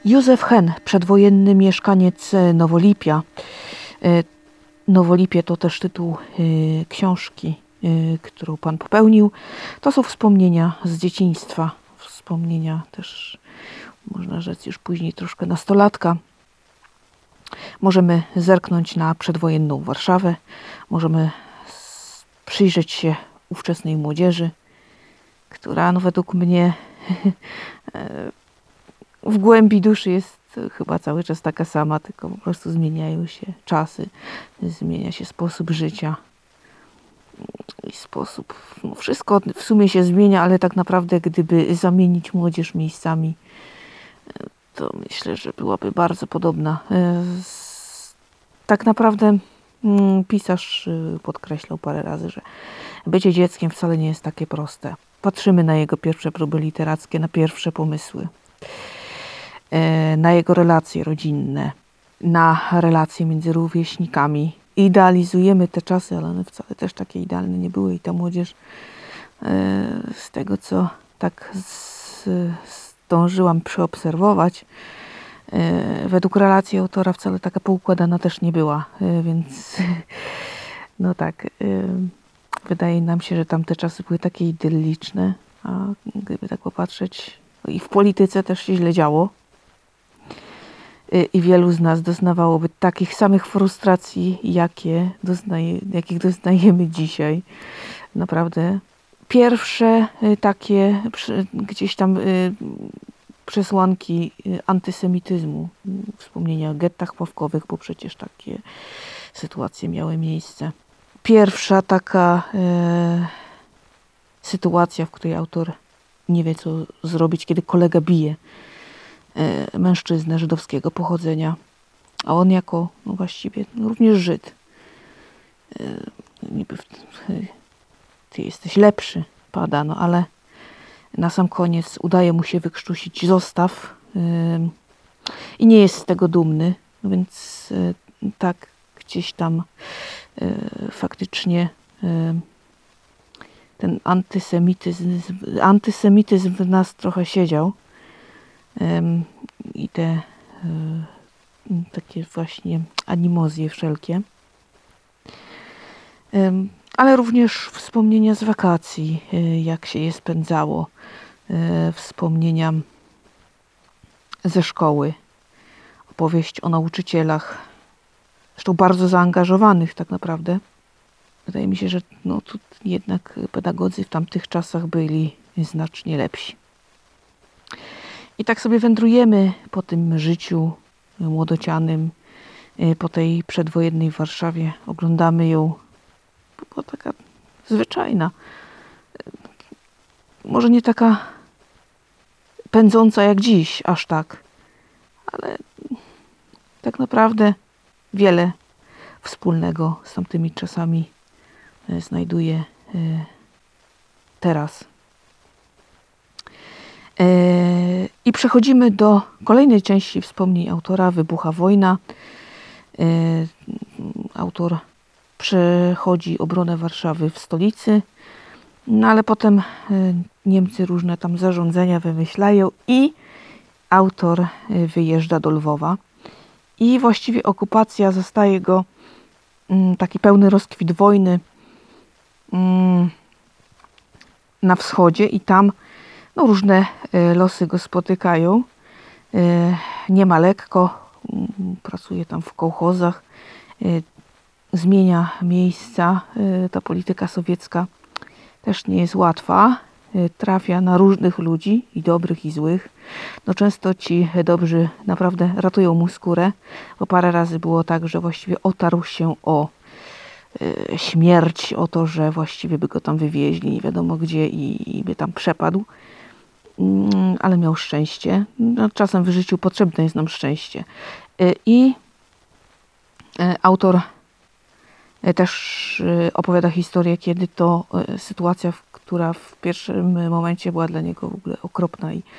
Józef Hen, przedwojenny mieszkaniec Nowolipia. Nowolipie to też tytuł książki, którą pan popełnił. To są wspomnienia z dzieciństwa. Wspomnienia też, można rzec, już później troszkę nastolatka. Możemy zerknąć na przedwojenną Warszawę. Możemy przyjrzeć się ówczesnej młodzieży, która według mnie w głębi duszy jest chyba cały czas taka sama, tylko po prostu zmieniają się czasy, zmienia się sposób życia i sposób, wszystko w sumie się zmienia, ale tak naprawdę gdyby zamienić młodzież miejscami, to myślę, że byłaby bardzo podobna. Tak naprawdę pisarz podkreślał parę razy, że bycie dzieckiem wcale nie jest takie proste. Patrzymy na jego pierwsze próby literackie, na pierwsze pomysły, na jego relacje rodzinne, na relacje między rówieśnikami. Idealizujemy te czasy, ale one wcale też takie idealne nie były i ta młodzież, z tego co tak zdążyłam przeobserwować, według relacji autora wcale taka poukładana też nie była, więc no tak, wydaje nam się, że tamte czasy były takie idylliczne, a gdyby tak popatrzeć, i w polityce też się źle działo i wielu z nas doznawałoby takich samych frustracji, jakich doznajemy dzisiaj. Naprawdę pierwsze takie gdzieś tam przesłanki antysemityzmu, wspomnienia o gettach ławkowych, bo przecież takie sytuacje miały miejsce. Pierwsza taka sytuacja, w której autor nie wie, co zrobić, kiedy kolega bije mężczyznę żydowskiego pochodzenia, a on jako właściwie również Żyd. Niby ty jesteś lepszy, pada, no ale na sam koniec udaje mu się wykrztusić zostaw i nie jest z tego dumny, więc tak gdzieś tam faktycznie ten antysemityzm w nas trochę siedział i te takie właśnie animozje wszelkie. Ale również wspomnienia z wakacji, jak się je spędzało, wspomnienia ze szkoły, opowieść o nauczycielach, zresztą bardzo zaangażowanych tak naprawdę. Wydaje mi się, że no, tu jednak pedagodzy w tamtych czasach byli znacznie lepsi. I tak sobie wędrujemy po tym życiu młodocianym, po tej przedwojennej Warszawie. Oglądamy ją, była taka zwyczajna. Może nie taka pędząca jak dziś, aż tak. Ale tak naprawdę wiele wspólnego z tamtymi czasami znajduje teraz. I przechodzimy do kolejnej części wspomnień autora, wybucha wojna. Autor przechodzi obronę Warszawy w stolicy, no ale potem Niemcy różne tam zarządzenia wymyślają i autor wyjeżdża do Lwowa. I właściwie okupacja zostaje go, taki pełny rozkwit wojny na wschodzie i tam no, różne losy go spotykają. Nie ma lekko, pracuje tam w kołchozach, zmienia miejsca. Ta polityka sowiecka też nie jest łatwa. Trafia na różnych ludzi, i dobrych, i złych. No często ci dobrzy naprawdę ratują mu skórę, bo parę razy było tak, że właściwie otarł się o śmierć, o to, że właściwie by go tam wywieźli nie wiadomo gdzie i by tam przepadł. Ale miał szczęście. No, czasem w życiu potrzebne jest nam szczęście. I autor też opowiada historię, kiedy to sytuacja, która w pierwszym momencie była dla niego w ogóle okropna i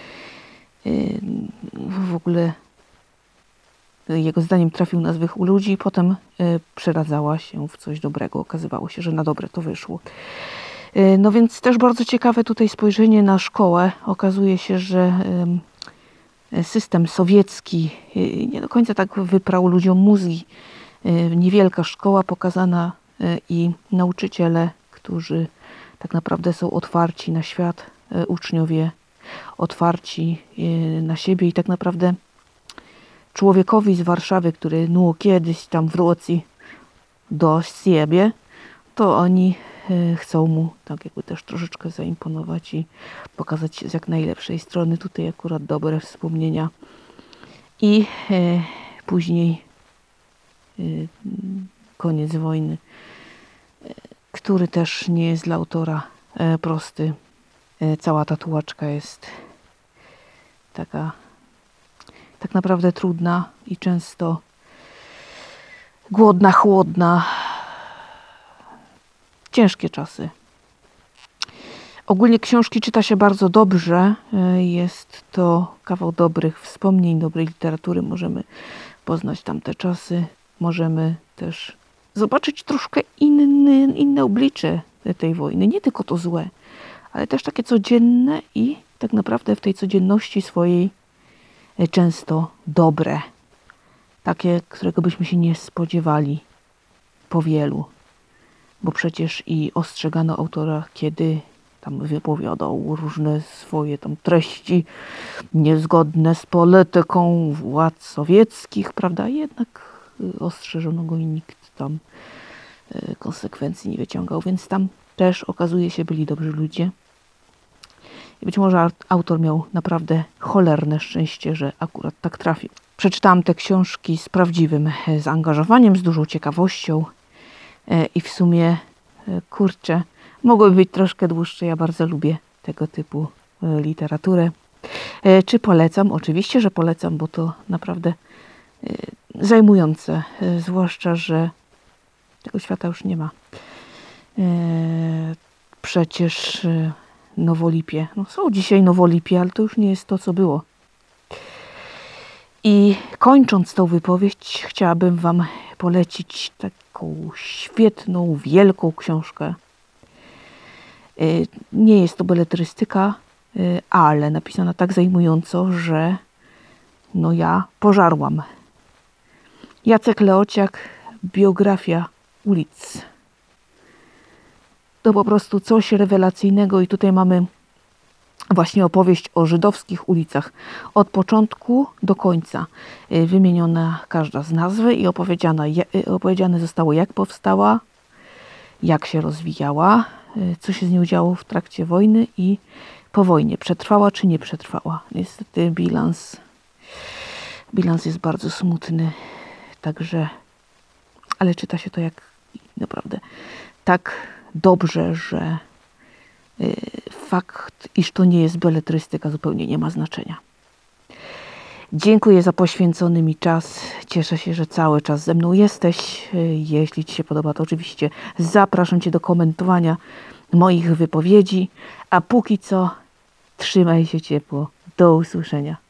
w ogóle jego zdaniem trafił na złych ludzi, potem przeradzała się w coś dobrego. Okazywało się, że na dobre to wyszło. No więc też bardzo ciekawe tutaj spojrzenie na szkołę. Okazuje się, że system sowiecki nie do końca tak wyprał ludziom mózgi. Niewielka szkoła pokazana i nauczyciele, którzy tak naprawdę są otwarci na świat, uczniowie otwarci na siebie i tak naprawdę człowiekowi z Warszawy, który kiedyś tam wróci do siebie, to oni chcą mu tak jakby też troszeczkę zaimponować i pokazać się z jak najlepszej strony. Tutaj akurat dobre wspomnienia. I później koniec wojny, który też nie jest dla autora prosty. Cała ta tułaczka jest taka tak naprawdę trudna i często głodna, chłodna. Ciężkie czasy. Ogólnie książki czyta się bardzo dobrze. Jest to kawał dobrych wspomnień, dobrej literatury. Możemy poznać tamte czasy. Możemy też zobaczyć troszkę inne oblicze tej wojny. Nie tylko to złe, ale też takie codzienne i tak naprawdę w tej codzienności swojej często dobre. Takie, którego byśmy się nie spodziewali po wielu. Bo przecież i ostrzegano autora, kiedy tam wypowiadał różne swoje tam treści niezgodne z polityką władz sowieckich, prawda? Jednak ostrzeżono go i nikt tam konsekwencji nie wyciągał, więc tam też okazuje się byli dobrzy ludzie. I być może autor miał naprawdę cholerne szczęście, że akurat tak trafił. Przeczytałam te książki z prawdziwym zaangażowaniem, z dużą ciekawością i w sumie, kurczę, mogłyby być troszkę dłuższe. Ja bardzo lubię tego typu literaturę. Czy polecam? Oczywiście, że polecam, bo to naprawdę zajmujące, zwłaszcza, że tego świata już nie ma. Przecież Nowolipie, są dzisiaj Nowolipie, ale to już nie jest to, co było. I kończąc tą wypowiedź, chciałabym Wam polecić taką świetną, wielką książkę. Nie jest to beletrystyka, ale napisana tak zajmująco, że ja pożarłam. Jacek Leociak, biografia ulic. To po prostu coś rewelacyjnego i tutaj mamy właśnie opowieść o żydowskich ulicach. Od początku do końca wymieniona każda z nazwy i opowiedziane zostało, jak powstała, jak się rozwijała, co się z nią działo w trakcie wojny i po wojnie. Przetrwała czy nie przetrwała. Niestety bilans jest bardzo smutny. Także, ale czyta się to jak naprawdę tak dobrze, że fakt, iż to nie jest beletrystyka, zupełnie nie ma znaczenia. Dziękuję za poświęcony mi czas. Cieszę się, że cały czas ze mną jesteś. Jeśli Ci się podoba, to oczywiście zapraszam Cię do komentowania moich wypowiedzi. A póki co, trzymaj się ciepło. Do usłyszenia.